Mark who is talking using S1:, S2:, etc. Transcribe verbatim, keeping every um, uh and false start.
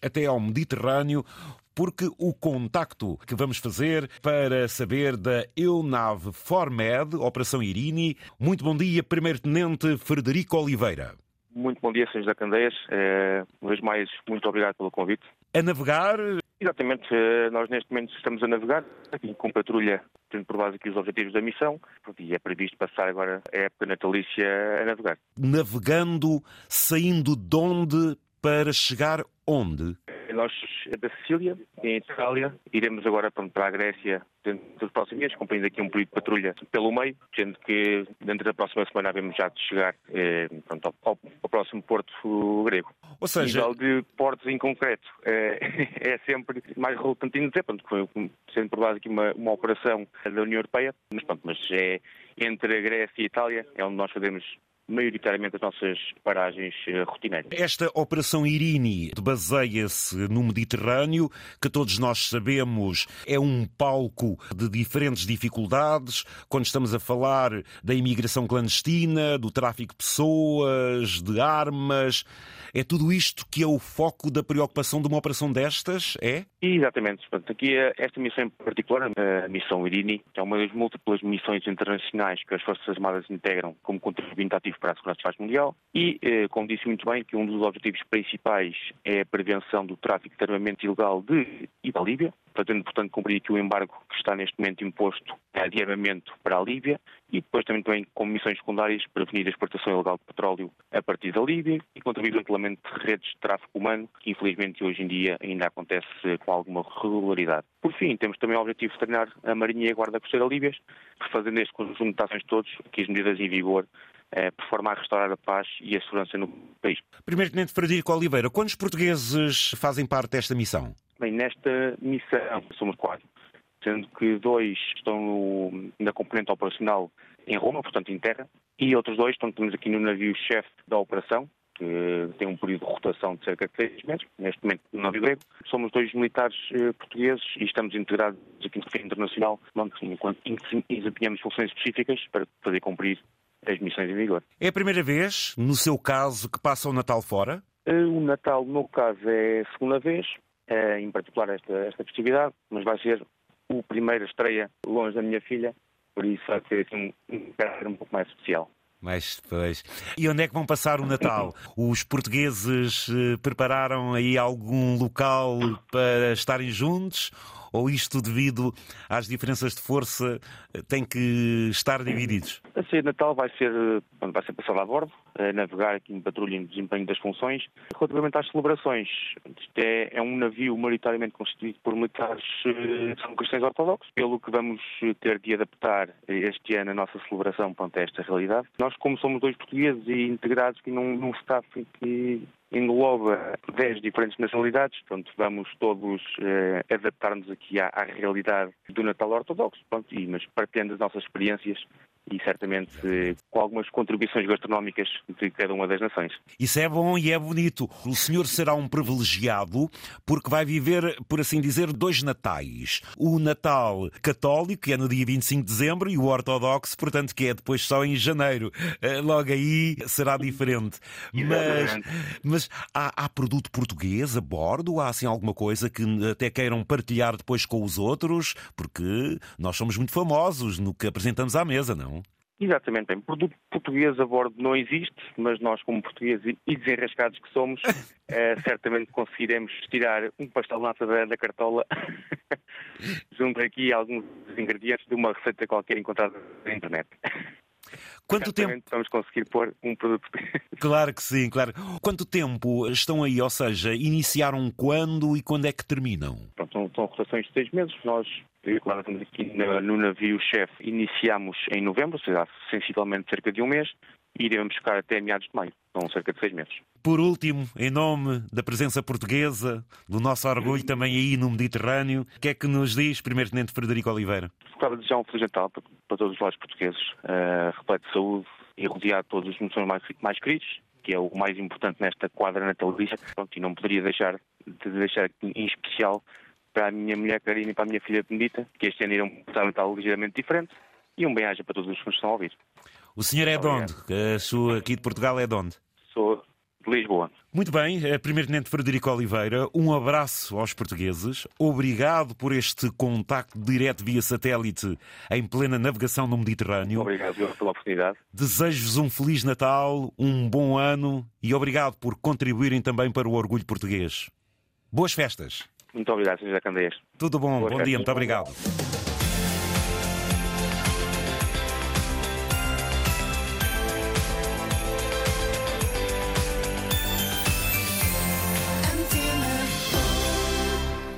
S1: até ao Mediterrâneo, porque o contacto que vamos fazer para saber da EUNAV FORMED, Operação Irini. Muito bom dia, Primeiro-Tenente Frederico Oliveira.
S2: Muito bom dia, senhores da Candeias. É, uma vez mais, muito obrigado pelo convite.
S1: A navegar?
S2: Exatamente. Nós neste momento estamos a navegar aqui com patrulha, tendo por base aqui os objetivos da missão, e é previsto passar agora a época natalícia a navegar.
S1: Navegando, saindo de onde para chegar onde?
S2: Nós, da Sicília, em Itália, iremos agora pronto, para a Grécia dentro dos próximos dias, cumprindo aqui um período de patrulha pelo meio, sendo que dentro da próxima semana havemos já de chegar eh, pronto, ao, ao próximo porto grego.
S1: Ou seja,
S2: o nível de portos em concreto é, é sempre mais relutante em dizer, pronto, sendo por base aqui uma, uma operação da União Europeia, mas, pronto, mas é entre a Grécia e a Itália, é onde nós fazemos maioritariamente as nossas paragens rotineiras.
S1: Esta Operação Irini baseia-se no Mediterrâneo, que todos nós sabemos é um palco de diferentes dificuldades, quando estamos a falar da imigração clandestina, do tráfico de pessoas, de armas. É tudo isto que é o foco da preocupação de uma operação destas, é?
S2: Exatamente. Portanto, aqui esta missão em particular, a missão Irini, é uma das múltiplas missões internacionais que as Forças Armadas integram como contribuinte ativo para a segurança de paz mundial e, como disse muito bem, que um dos objetivos principais é a prevenção do tráfico de armamento ilegal de e da Líbia, fazendo, portanto, cumprir aqui o embargo que está neste momento imposto de armamento para a Líbia e depois também, também com missões secundárias, prevenir a exportação ilegal de petróleo a partir da Líbia e contribuir no regulamento de redes de tráfico humano, que infelizmente hoje em dia ainda acontece com alguma regularidade. Por fim, temos também o objetivo de treinar a Marinha e a Guarda Costeira líbias, fazendo este conjunto de ações todos, aqui as medidas em vigor, eh, por forma a restaurar a paz e a segurança no país.
S1: Primeiro-Tenente Frederico Oliveira, quantos portugueses fazem parte desta missão?
S2: Bem, nesta missão somos quatro, sendo que dois estão no, na componente operacional em Roma, portanto em terra, e outros dois estão temos aqui no navio-chefe da operação, que tem um período de rotação de cerca de seis meses, neste momento no navio grego. Somos dois militares eh, portugueses e estamos integrados aqui no Refém Internacional, enquanto desempenhamos funções específicas para poder cumprir as missões em vigor.
S1: É a primeira vez, no seu caso, que passa o Natal fora?
S2: O Natal, no meu caso, é a segunda vez, é, em particular esta, esta festividade, mas vai ser a primeira estreia longe da minha filha, por isso vai ser assim, um caráter um pouco mais especial.
S1: Mais depois. E onde é que vão passar o Natal? Os portugueses eh, prepararam aí algum local para estarem juntos? Ou isto, devido às diferenças de força, tem que estar divididos?
S2: A ceia de Natal vai ser, vai ser passada a bordo, a navegar aqui em patrulha no desempenho das funções. Relativamente às celebrações, isto é, é um navio maioritariamente constituído por militares que são cristãos ortodoxos, pelo que vamos ter de adaptar este ano a nossa celebração para esta realidade. Nós, como somos dois portugueses e integrados aqui num, num staff que engloba dez diferentes nacionalidades, portanto, vamos todos eh, adaptar-nos aqui à, à realidade do Natal ortodoxo, pronto, e, mas partilhando as nossas experiências e certamente eh, com algumas contribuições gastronómicas de cada uma das nações.
S1: Isso é bom e é bonito. O senhor será um privilegiado porque vai viver, por assim dizer, dois natais. O Natal católico, que é no dia vinte e cinco de dezembro, e o ortodoxo, portanto, que é depois só em janeiro. Logo aí será diferente. Mas, mas há, há produto português a bordo? Há assim alguma coisa que até queiram partilhar depois com os outros? Porque nós somos muito famosos no que apresentamos à mesa, não?
S2: Exatamente. Bem, produto português a bordo não existe, mas nós, como portugueses e desenrascados que somos, é, certamente conseguiremos tirar um pastel de nata da, da cartola junto aqui a alguns ingredientes de uma receita qualquer encontrada na internet.
S1: Quanto tempo
S2: vamos conseguir pôr um produto?
S1: Claro que sim, claro. Quanto tempo estão aí? Ou seja, iniciaram quando e quando é que terminam?
S2: Pronto, são, são rotações de seis meses. Nós, claro, estamos aqui no, no navio-chefe, iniciamos em novembro, ou seja, sensivelmente cerca de um mês, e iremos ficar até meados de maio. São cerca de seis meses.
S1: Por último, em nome da presença portuguesa, do nosso orgulho também aí no Mediterrâneo, o que é que nos diz Primeiro-Tenente Frederico Oliveira?
S2: Gostava de desejar um Feliz Natal para, para todos os portugueses, uh, repleto de saúde e rodeado de todos os emoções mais, mais queridos, que é o mais importante nesta quadra natalícia. Pronto, e não poderia deixar de deixar em especial para a minha mulher Karina e para a minha filha Benedita, que este ano irão passar um Natal ligeiramente diferente, e um bem-aja para todos os que nos estão a ouvir.
S1: O senhor é de onde? A sua aqui de Portugal é de onde?
S2: Sou de Lisboa.
S1: Muito bem, Primeiro-Tenente Frederico Oliveira, um abraço aos portugueses. Obrigado por este contacto direto via satélite em plena navegação no Mediterrâneo.
S2: Obrigado pela oportunidade.
S1: Desejo-vos um Feliz Natal, um bom ano e obrigado por contribuírem também para o orgulho português. Boas festas.
S2: Muito obrigado, senhor José Candeias.
S1: Tudo bom,
S2: Boas
S1: bom
S2: festas.
S1: dia, muito obrigado.